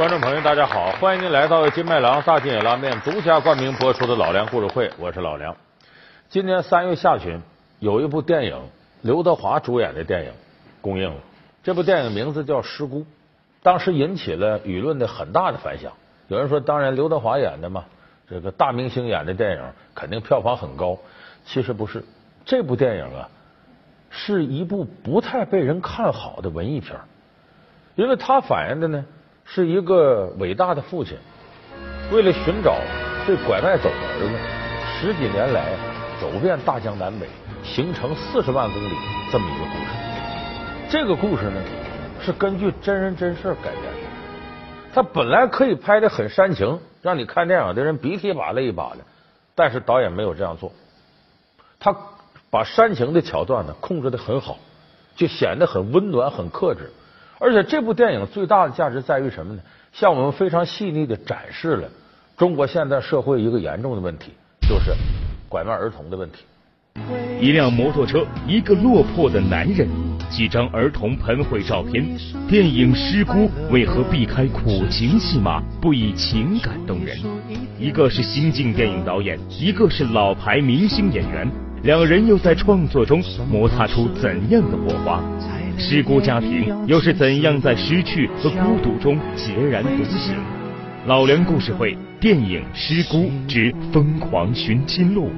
观众朋友，大家好，欢迎您来到金麦郎大金野拉面独家冠名播出的老梁故事会，我是老梁。今年3月下旬，有一部电影，刘德华主演的电影公映了。这部电影名字叫《失孤》，当时引起了舆论的很大的反响。有人说，当然刘德华演的嘛，这个大明星演的电影肯定票房很高。其实不是，这部电影啊，是一部不太被人看好的文艺片，因为它反映的呢是一个伟大的父亲为了寻找被拐卖走的儿子，10几年来走遍大江南北，行程40万公里这么一个故事。这个故事呢是根据真人真事改编的，他本来可以拍得很煽情，让你看电影的人鼻涕一把泪一把的，但是导演没有这样做，他把煽情的桥段呢控制得很好，就显得很温暖很克制。而且这部电影最大的价值在于什么呢？向我们非常细腻地展示了中国现在社会一个严重的问题，就是拐卖儿童的问题。 一辆摩托车，一个落魄的男人，几张儿童喷绘照片。电影《失孤》为何避开苦情戏码，不以情感动人？一个是新晋电影导演，一个是老牌明星演员，两人又在创作中摩擦出怎样的火花？失孤家庭又是怎样在失去和孤独中孑然独行？老梁故事会电影《失孤之疯狂寻亲录》。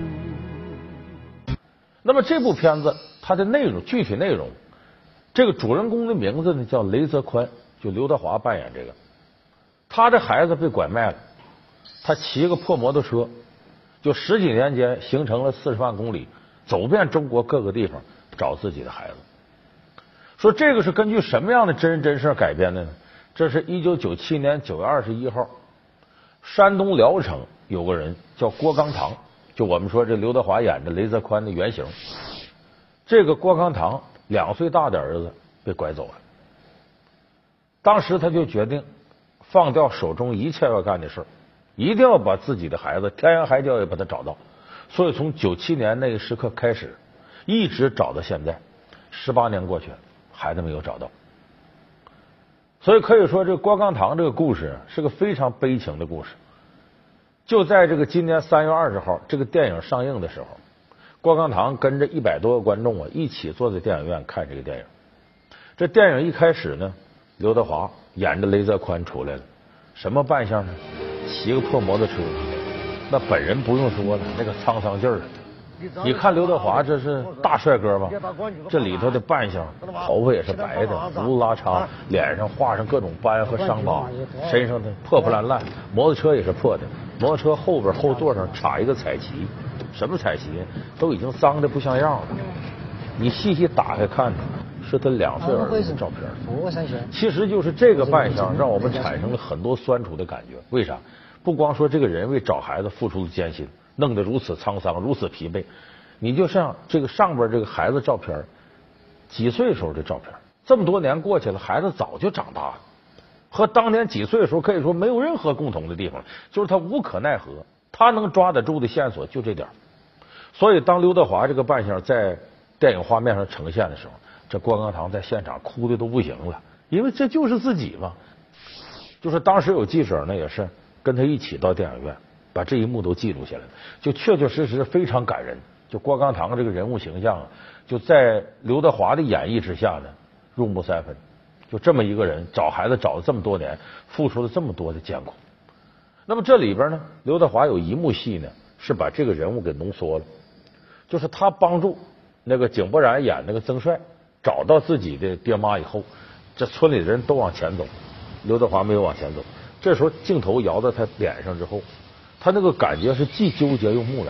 那么这部片子它的内容，具体内容，这个主人公的名字呢叫雷泽宽，就刘德华扮演这个。他的孩子被拐卖了，他骑个破摩托车，就10几年间行程了40万公里，走遍中国各个地方找自己的孩子。说这个是根据什么样的真人真事改编的呢？这是1997年9月21号，山东聊城有个人叫郭刚堂，就我们说这刘德华演的雷泽宽的原型。这个郭刚堂2岁大的儿子被拐走了，当时他就决定放掉手中一切要干的事儿，一定要把自己的孩子天涯海角也把他找到。所以从97年那一时刻开始，一直找到现在，18年过去了，孩子没有找到。所以可以说，这郭刚堂这个故事是个非常悲情的故事。就在这个今年3月20号这个电影上映的时候，郭刚堂跟着100多个观众啊一起坐在电影院看这个电影。这电影一开始呢，刘德华演着雷泽宽出来了，什么扮相呢？骑个破摩托车，那本人不用说了，那个沧桑劲儿。你看刘德华这是大帅哥吧，这里头的扮相，头发也是白的，胡子拉碴，脸上画上各种斑和伤疤，身上的破破烂烂，摩托车也是破的，摩托车后边后座上插一个彩旗，什么彩旗都已经脏的不像样了。你细细打开看，是他2岁儿子的照片。其实就是这个扮相让我们产生了很多酸楚的感觉。为啥？不光说这个人为找孩子付出了艰辛，弄得如此沧桑，如此疲惫，你就像这个上边这个孩子照片，几岁时候的照片，这么多年过去了，孩子早就长大了，和当年几岁的时候可以说没有任何共同的地方，就是他无可奈何，他能抓得住的线索就这点。所以当刘德华这个扮相在电影画面上呈现的时候，这郭刚堂在现场哭的都不行了，因为这就是自己嘛。就是当时有记者呢也是跟他一起到电影院，把这一幕都记录下来了，就确确实实非常感人。就郭刚堂这个人物形象啊，就在刘德华的演绎之下呢，入木三分。就这么一个人找孩子找了这么多年，付出了这么多的艰苦。那么这里边呢，刘德华有一幕戏呢，是把这个人物给浓缩了，就是他帮助那个井柏然演那个曾帅找到自己的爹妈以后，这村里的人都往前走，刘德华没有往前走。这时候镜头摇到他脸上之后，他那个感觉是既纠结又木然。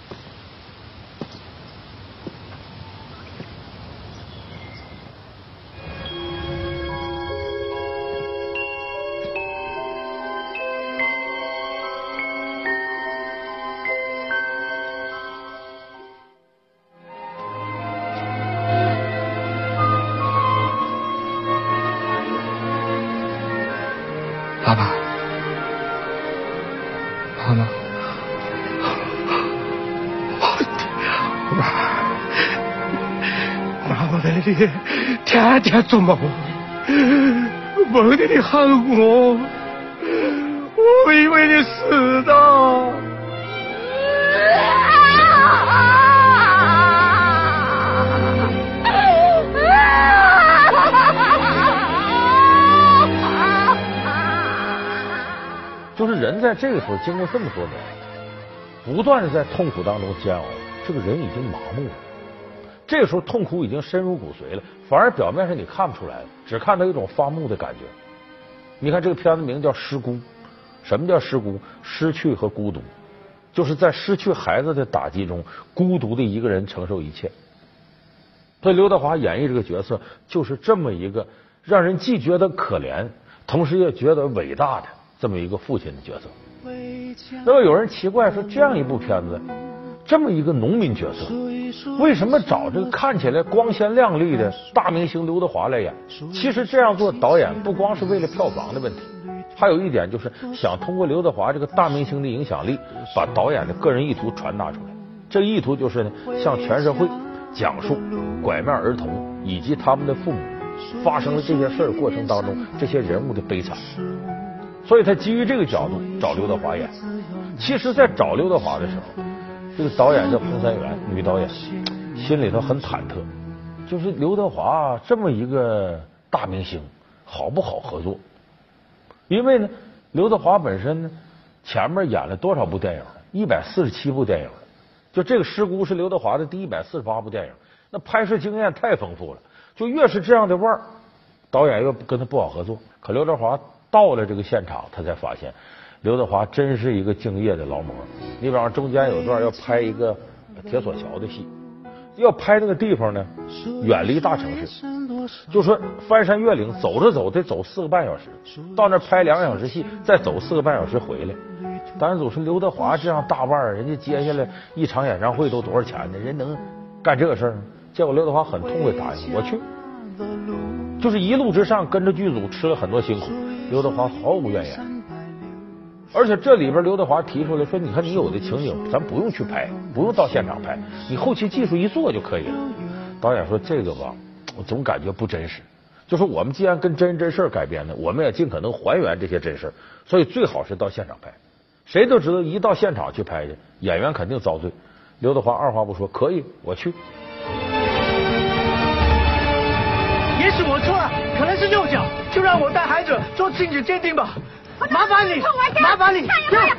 爸爸，妈妈，妈妈来的天天做梦，梦里喊我， 给你死的！ 就是人在这个时候经过这么多年，不断的在痛苦当中煎熬，这个人已经麻木了。这个时候痛苦已经深入骨髓了，反而表面上你看不出来了，只看到一种发木的感觉。你看这个片子名叫《失孤》，什么叫失孤？失去和孤独，就是在失去孩子的打击中，孤独的一个人承受一切。所以刘德华演绎这个角色，就是这么一个让人既觉得可怜，同时也觉得伟大的这么一个父亲的角色。那么有人奇怪说，这样一部片子，这么一个农民角色，为什么找这个看起来光鲜亮丽的大明星刘德华来演？其实这样做，导演不光是为了票房的问题，还有一点就是想通过刘德华这个大明星的影响力，把导演的个人意图传达出来。这意图就是呢，向全社会讲述拐卖儿童以及他们的父母发生了这些事儿过程当中这些人物的悲惨。所以他基于这个角度找刘德华演。其实在找刘德华的时候，这个导演叫彭三元，女导演，心里头很忐忑，就是刘德华这么一个大明星好不好合作？因为呢，刘德华本身呢前面演了多少部电影？147部电影，就这个《失孤》是刘德华的第148部电影，那拍摄经验太丰富了。就越是这样的腕儿，导演越跟他不好合作。可刘德华到了这个现场，他才发现刘德华真是一个敬业的劳模。你比方中间有段要拍一个铁索桥的戏，要拍那个地方呢远离大城市，就说翻山越岭走着走得走4个半小时，到那拍2个小时戏，再走4个半小时回来。导演组说刘德华这样大腕儿，人家接下来一场演唱会都多少钱呢？人能干这个事儿吗？结果刘德华很痛快答应我去，就是一路之上跟着剧组吃了很多辛苦，刘德华毫无怨言。而且这里边刘德华提出来说，你看你有的情景咱不用去拍，不用到现场拍，你后期技术一做就可以了。导演说这个吧，我总感觉不真实，就说我们既然跟真事改编的，我们也尽可能还原这些真事，所以最好是到现场拍。谁都知道一到现场去拍去，演员肯定遭罪。刘德华二话不说，可以，我去。 也许我错了，可能是右脚，就让我带孩子做亲子鉴定吧。麻烦你，麻烦你，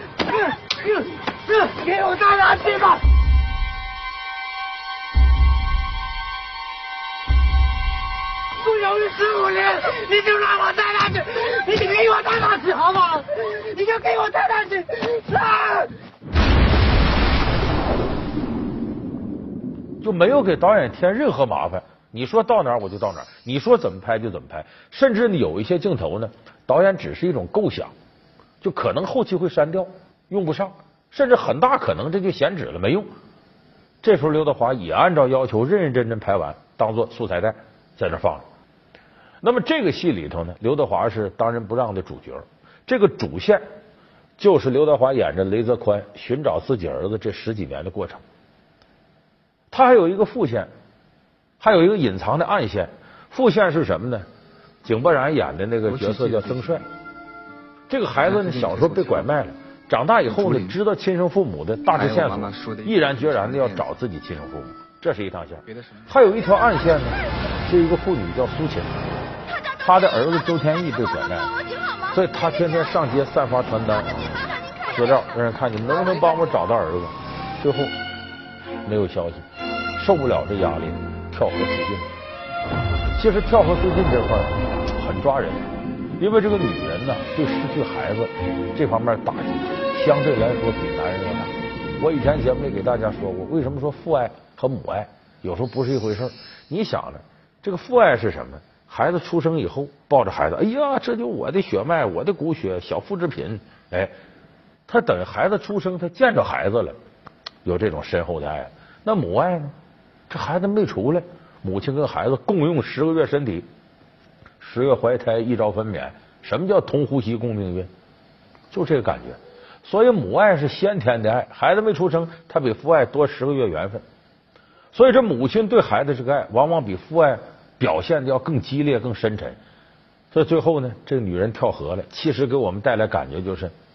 给我带他去吧。不犹豫15年，你就让我带他去，你就给我带他去好不好？你就给我带他去。 就没有给导演添任何麻烦。你说到哪儿我就到哪儿，你说怎么拍就怎么拍，甚至有一些镜头呢，导演只是一种构想，就可能后期会删掉，用不上，甚至很大可能这就闲置了，没用。这时候刘德华也按照要求认认真真拍完，当做素材带在这放着。那么这个戏里头呢，刘德华是当仁不让的主角，这个主线就是刘德华演着雷泽宽寻找自己儿子这10几年的过程。他还有一个副线，还有一个隐藏的暗线。副线是什么呢？井柏然演的那个角色叫曾帅。这个孩子呢，小时候被拐卖了，长大以后呢，知道亲生父母的大致线索，毅然决然的要找自己亲生父母，这是一趟线。还有一条暗线呢，是一个妇女叫苏秦，她的儿子周天翼被拐卖了，所以她天天上街散发传单、资料，让人看见能不能帮我找到儿子。最后没有消息，受不了这压力，跳河自尽。其实跳河自尽这块很抓人，因为这个女人呢，对失去孩子这方面打击相对来说比男人要大。我以前节目里给大家说过，为什么说父爱和母爱有时候不是一回事？你想呢，这个父爱是什么？孩子出生以后抱着孩子，哎呀，这就我的血脉，我的骨血，小复制品。哎，他等孩子出生，他见着孩子了，有这种深厚的爱。那母爱呢？这孩子没出来，母亲跟孩子共用10个月身体，10月怀胎，一朝分娩。什么叫同呼吸共命运？就这个感觉。所以母爱是先天的爱，孩子没出生，他比父爱多10个月缘分。所以这母亲对孩子这个爱，往往比父爱表现的要更激烈、更深沉。所以最后呢，这个女人跳河了，其实给我们带来感觉就是，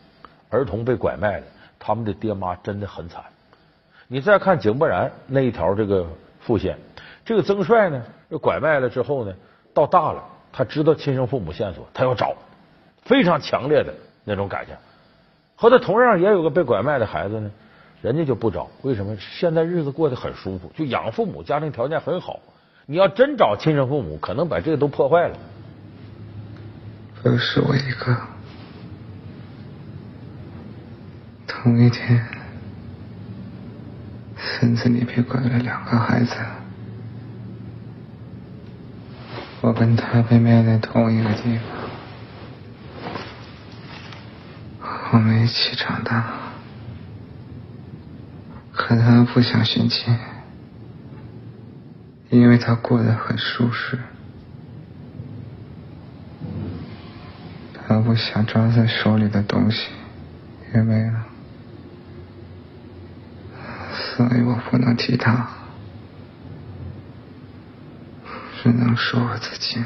儿童被拐卖的，他们的爹妈真的很惨。你再看井柏然那一条这个副线，这个曾帅呢，拐卖了之后呢，到大了，他知道亲生父母线索，他要找，非常强烈的那种感情。和他同样也有个被拐卖的孩子呢，人家就不找，为什么？现在日子过得很舒服，就养父母，家庭条件很好。你要真找亲生父母，可能把这个都破坏了。 都是我一个。同一天，村子里被拐了2个孩子，我跟他被卖在同一个地方，我们一起长大，可他不想寻亲，因为他过得很舒适，他不想抓在手里的东西也没了，所以我不能提他，只能说我自己。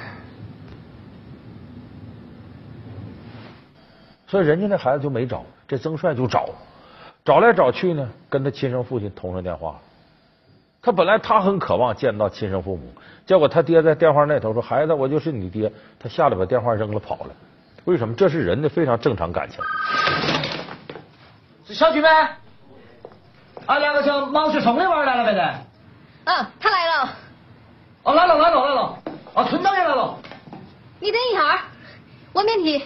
所以人家那孩子就没找，这曾帅就找，找来找去呢，跟他亲生父亲通上电话。他本来他很渴望见到亲生父母，结果他爹在电话那头说：“孩子，我就是你爹。”他吓得把电话扔了跑了。为什么？这是人的非常正常感情。 是小菊呗？啊，2个叫毛水虫的娃儿来了没得？ 嗯，他来了。 哦，来了。啊，村长也来了。 你等一下，我免提。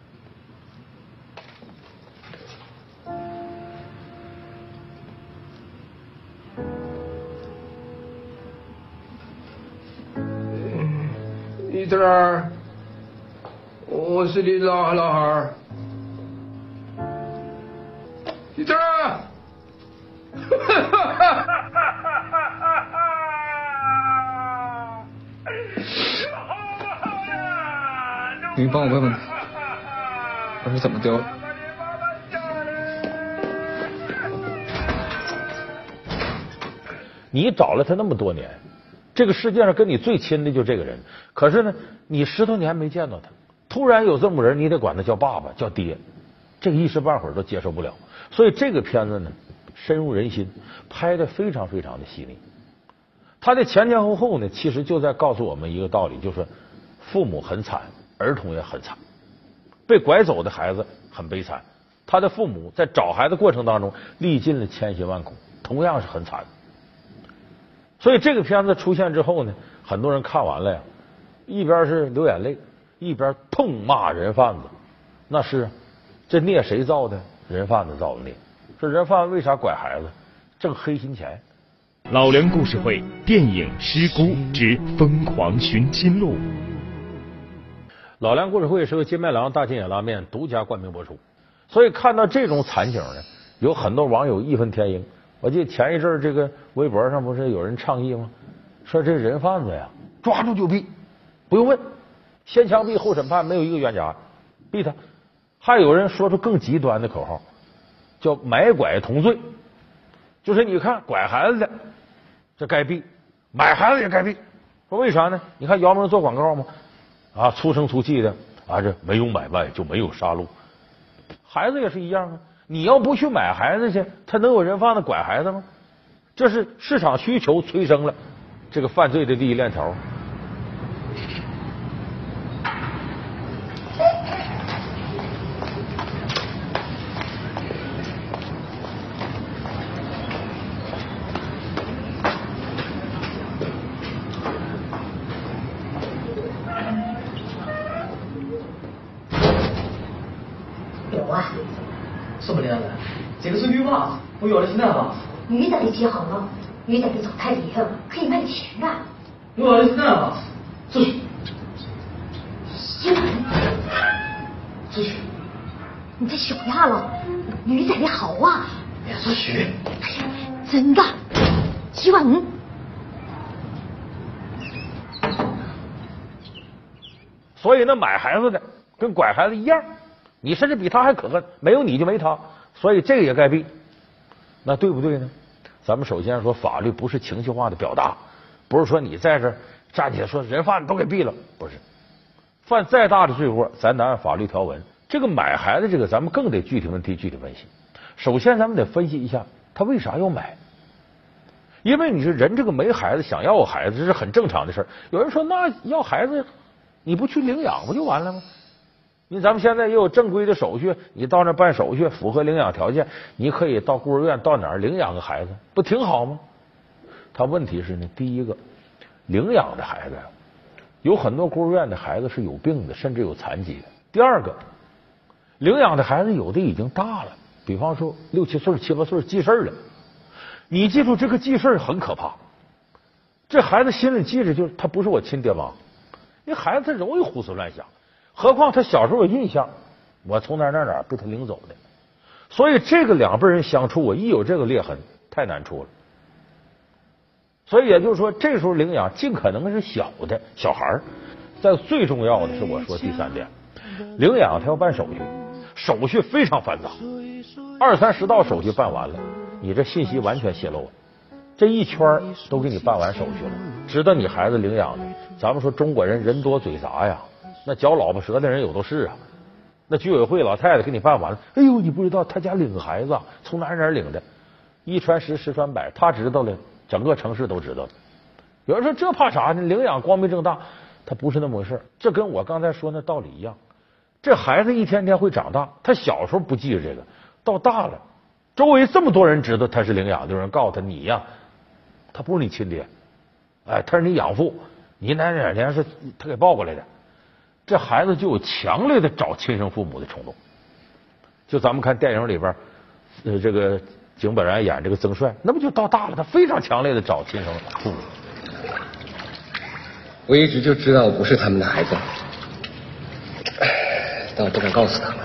你在哪儿？我是你老孩儿。你在哪儿？你帮我问问他，我是怎么丢的？ 你找了他那么多年，这个世界上跟你最亲的就这个人，可是呢，你10多年没见到他，突然有这么人，你得管他叫爸爸，叫爹，这个一时半会儿都接受不了。所以这个片子呢，深入人心，拍的非常非常的细腻。他的前前后后呢，其实就在告诉我们一个道理，就是父母很惨，儿童也很惨。被拐走的孩子很悲惨，他的父母在找孩子过程当中历尽了千辛万苦，同样是很惨。所以这个片子出现之后呢，很多人看完了呀，一边是流眼泪，一边痛骂人贩子。那是这孽谁造的？人贩子造的孽。这人贩子为啥拐孩子？挣黑心钱。 老梁故事会电影《失孤之疯狂寻亲录》。 老梁故事会是由金麦郎大金眼拉面独家冠名播出。所以看到这种惨景呢，有很多网友义愤填膺。我记得前一阵这个微博上不是有人倡议吗？说这人贩子呀，抓住就毙，不用问，先枪毙后审判，没有一个冤家，毙他。还有人说出更极端的口号，叫买拐同罪，就是你看拐孩子的这该毙，买孩子也该毙。说为啥呢？你看姚明做广告吗？啊，粗声粗气的啊，这没有买卖就没有杀戮，孩子也是一样啊。你要不去买孩子去，他能有人贩子拐孩子吗？这是市场需求催生了这个犯罪的第一链条。 有啊，什么脸的？这个是女娃子，我要的是男娃子。 女仔你记好了，女仔你走太厉害了，可以卖你钱的。 我要的是男娃子，出去， 小文， 出去， 你太小样了，女仔你好啊。 别出去。 哎呀，真的，7万5。 所以那买孩子的跟拐孩子一样，你甚至比他还可恨，没有你就没他，所以这个也该毙。那对不对呢？咱们首先说，法律不是情绪化的表达，不是说你在这站起来说人贩子都给毙了，不是。犯再大的罪过，咱得按法律条文。这这个买孩子这个，咱们更得具体问题具体分析。首先，咱们得分析一下他为啥要买。因为你是人，这个没孩子想要个孩子，这是很正常的事儿。有人说，那要孩子你不去领养不就完了吗？因为咱们现在也有正规的手续，你到那办手续，符合领养条件，你可以到孤儿院到哪儿领养个孩子，不挺好吗？他问题是呢，第一个，领养的孩子有很多孤儿院的孩子是有病的，甚至有残疾的。第二个，领养的孩子有的已经大了，比方说6、7岁、7、8岁记事了。你记住，这个记事很可怕。这孩子心里记着就是他不是我亲爹妈，因为孩子他容易胡思乱想，何况他小时候有印象，我从哪儿被他领走的。所以这个两辈人相处，我一有这个裂痕，太难处了。所以也就是说，这时候领养尽可能是小的小孩儿。再最重要的是，我说第3点，领养他要办手续，手续非常繁杂，20、30道手续办完了，你这信息完全泄露了，这一圈都给你办完手续了，值得你孩子领养的。咱们说中国人人多嘴杂呀，那嚼老婆舌的人有都是啊。那居委会老太太给你办完了，哎呦，你不知道他家领个孩子从哪儿领的，一传十，十传百，他知道了，整个城市都知道了。有人说这怕啥呢？领养光明正大，他不是那么回事。这跟我刚才说那道理一样。这孩子一天天会长大，他小时候不记着这个，到大了，周围这么多人知道他是领养的，有人告诉他你呀，他不是你亲爹，哎，他是你养父，你哪年是他给抱过来的，这孩子就有强烈的找亲生父母的冲动。就咱们看电影里边，这个井本然演这个曾帅，那不就到大了，他非常强烈的找亲生父母。 我一直就知道我不是他们的孩子，但我不敢告诉他们。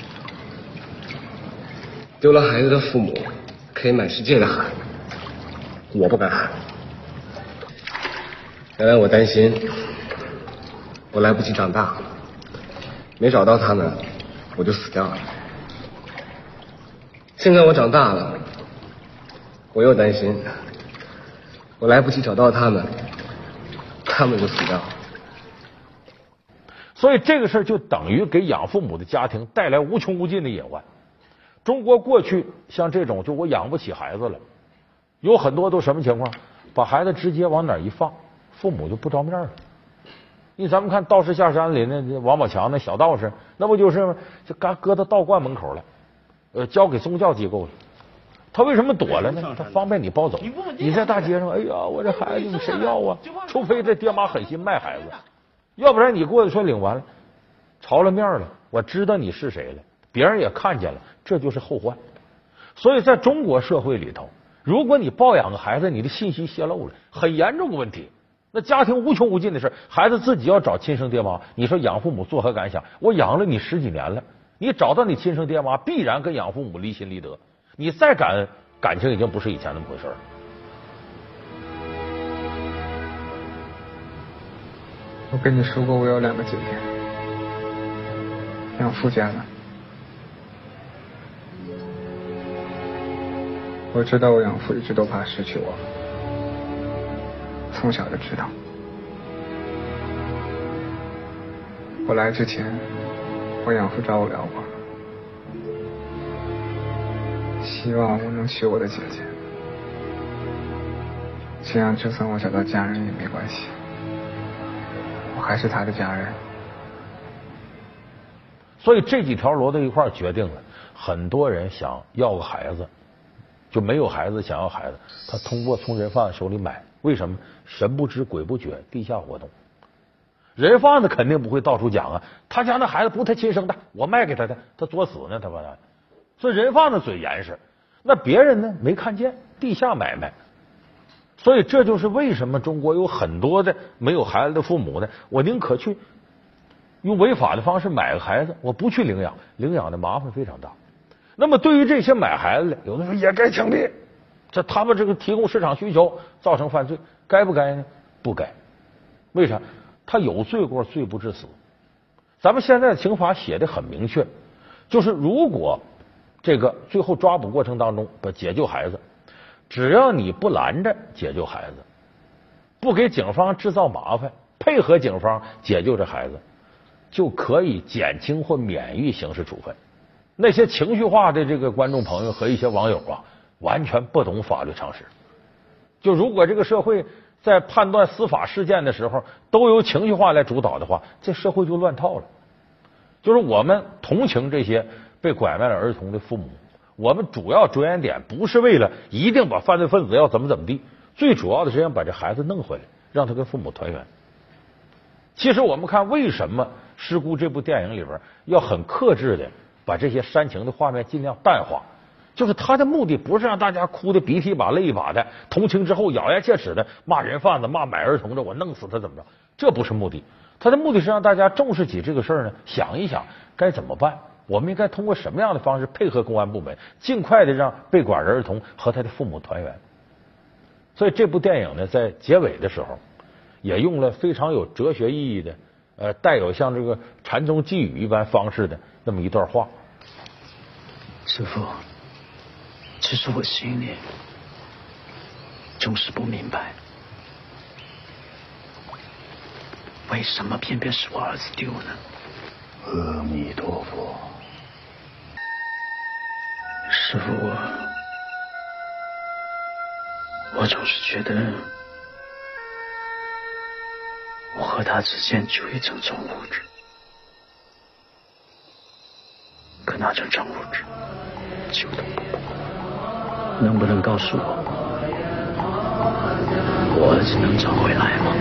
丢了孩子的父母可以满世界的喊，我不敢喊。原来我担心我来不及长大，没找到他们我就死掉了。现在我长大了，我又担心我来不及找到他们，他们就死掉了。 所以这个事儿就等于给养父母的家庭带来无穷无尽的隐患。中国过去像这种就我养不起孩子了，有很多都什么情况？把孩子直接往哪儿一放，父母就不着面了。因为咱们看道士下山里那王宝强那小道士，那不就是吗？就搁到道观门口了，交给宗教机构了。他为什么躲了呢？他方便你抱走。你在大街上，哎呀，我这孩子你谁要啊？除非这爹妈狠心卖孩子，要不然你过去说领完了，朝了面了，我知道你是谁了，别人也看见了，这就是后患。所以在中国社会里头，如果你抱养个孩子，你的信息泄露了，很严重的问题。那家庭无穷无尽的事，孩子自己要找亲生爹妈，你说养父母作何感想？我养了你10几年了，你找到你亲生爹妈，必然跟养父母离心离德。你再感恩，感情已经不是以前那么回事了。 我跟你说过，我有2个姐姐，养父家的。我知道我养父一直都怕失去我，从小就知道。我来之前，我养父找我聊过，希望我能娶我的姐姐，这样就算我找到家人也没关系，我还是他的家人。 所以这几条摞到一块儿，决定了很多人想要个孩子，就没有孩子想要孩子，他通过从人贩子手里买。为什么？神不知鬼不觉，地下活动。人贩子肯定不会到处讲啊，他家那孩子不是他亲生的，我卖给他的，他作死呢，他把他。所以人贩子嘴严实，那别人呢没看见，地下买卖。所以这就是为什么中国有很多的没有孩子的父母呢，我宁可去用违法的方式买个孩子，我不去领养，领养的麻烦非常大。那么对于这些买孩子的，有的说也该枪毙，这他们这个提供市场需求造成犯罪，该不该呢？不该。为啥？他有罪过，罪不至死。咱们现在的刑法写的很明确，就是如果这个最后抓捕过程当中不解救孩子，只要你不拦着解救孩子，不给警方制造麻烦，配合警方解救这孩子， 就可以减轻或免于刑事处分。那些情绪化的这个观众朋友和一些网友啊，完全不懂法律常识。就如果这个社会在判断司法事件的时候都由情绪化来主导的话，这社会就乱套了。就是我们同情这些被拐卖了儿童的父母，我们主要着眼点不是为了一定把犯罪分子要怎么地，最主要的是想把这孩子弄回来，让他跟父母团圆。其实我们看为什么《失孤》这部电影里边要很克制的把这些煽情的画面尽量淡化，就是他的目的不是让大家哭的鼻涕一把泪一把的，同情之后咬牙切齿的骂人贩子骂买儿童的我弄死他怎么着，这不是目的。他的目的是让大家重视起这个事儿呢，想一想该怎么办，我们应该通过什么样的方式配合公安部门，尽快的让被拐的儿童和他的父母团圆。所以这部电影呢，在结尾的时候也用了非常有哲学意义的带有像这个禅宗寄语一般方式的那么一段话。 师父，其实我心里就是不明白，为什么偏偏是我儿子丢呢？ 阿弥陀佛。 师父，我总是觉得我和他之间就一层窗户纸，可那层窗户纸就动不了。能不能告诉我，我儿子能找回来吗？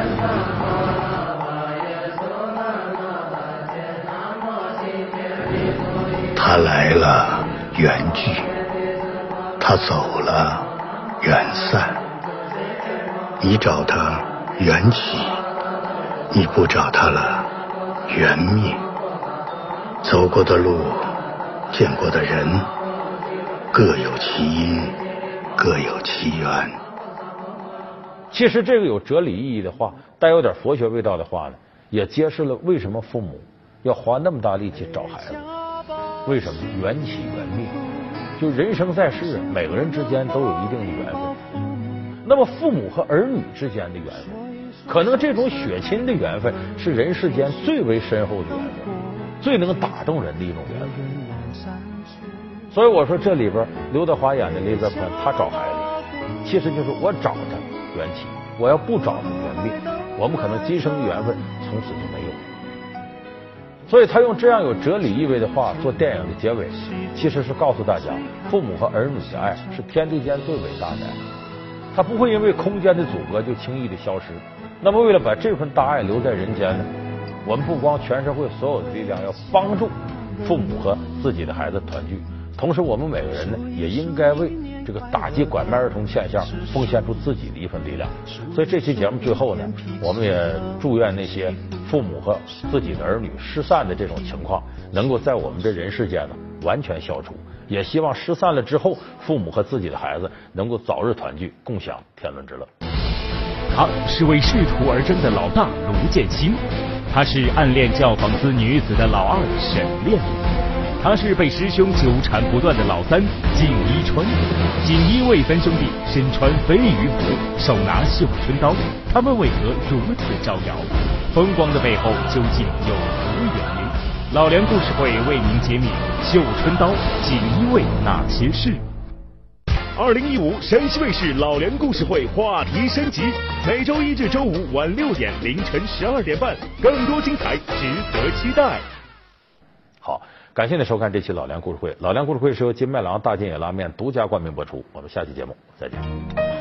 他来了，缘聚；他走了，缘散。你找他，缘起；你不找他了，缘灭。走过的路，见过的人，各有其因，各有其缘。 其实这个有哲理意义的话，带有点佛学味道的话呢，也揭示了为什么父母要花那么大力气找孩子。为什么？缘起缘灭，就人生在世，每个人之间都有一定的缘分。那么父母和儿女之间的缘分，可能这种血亲的缘分是人世间最为深厚的缘分，最能打动人的一种缘分。所以我说这里边刘德华演的雷泽宽，他找孩子，其实就是我找他缘起，我要不找他缘灭，我们可能今生的缘分从此就没有。所以他用这样有哲理意味的话做电影的结尾，其实是告诉大家，父母和儿女的爱是天地间最伟大的爱，它不会因为空间的阻隔就轻易的消失。那么为了把这份大爱留在人间呢，我们不光全社会所有的力量要帮助父母和自己的孩子团聚，同时我们每个人呢也应该为这个打击拐卖儿童现象奉献出自己的一份力量。所以这期节目最后呢，我们也祝愿那些父母和自己的儿女失散的这种情况能够在我们这人世间呢完全消除，也希望失散了之后父母和自己的孩子能够早日团聚，共享天伦之乐。 他是为仕途而争的老大卢建新，他是暗恋教坊司女子的老二沈炼，他是被师兄纠缠不断的老三锦衣川。锦衣卫三兄弟身穿飞鱼服，手拿绣春刀，他们为何如此招摇？风光的背后究竟有何原因？老梁故事会为您揭秘绣春刀、锦衣卫那些事。2015陕西卫视老梁故事会话题升级，每周一至周五晚6点，凌晨12点半，更多精彩值得期待。 好，感谢您收看这期老梁故事会。老梁故事会是由金麦郎大金野拉面独家冠名播出，我们下期节目再见。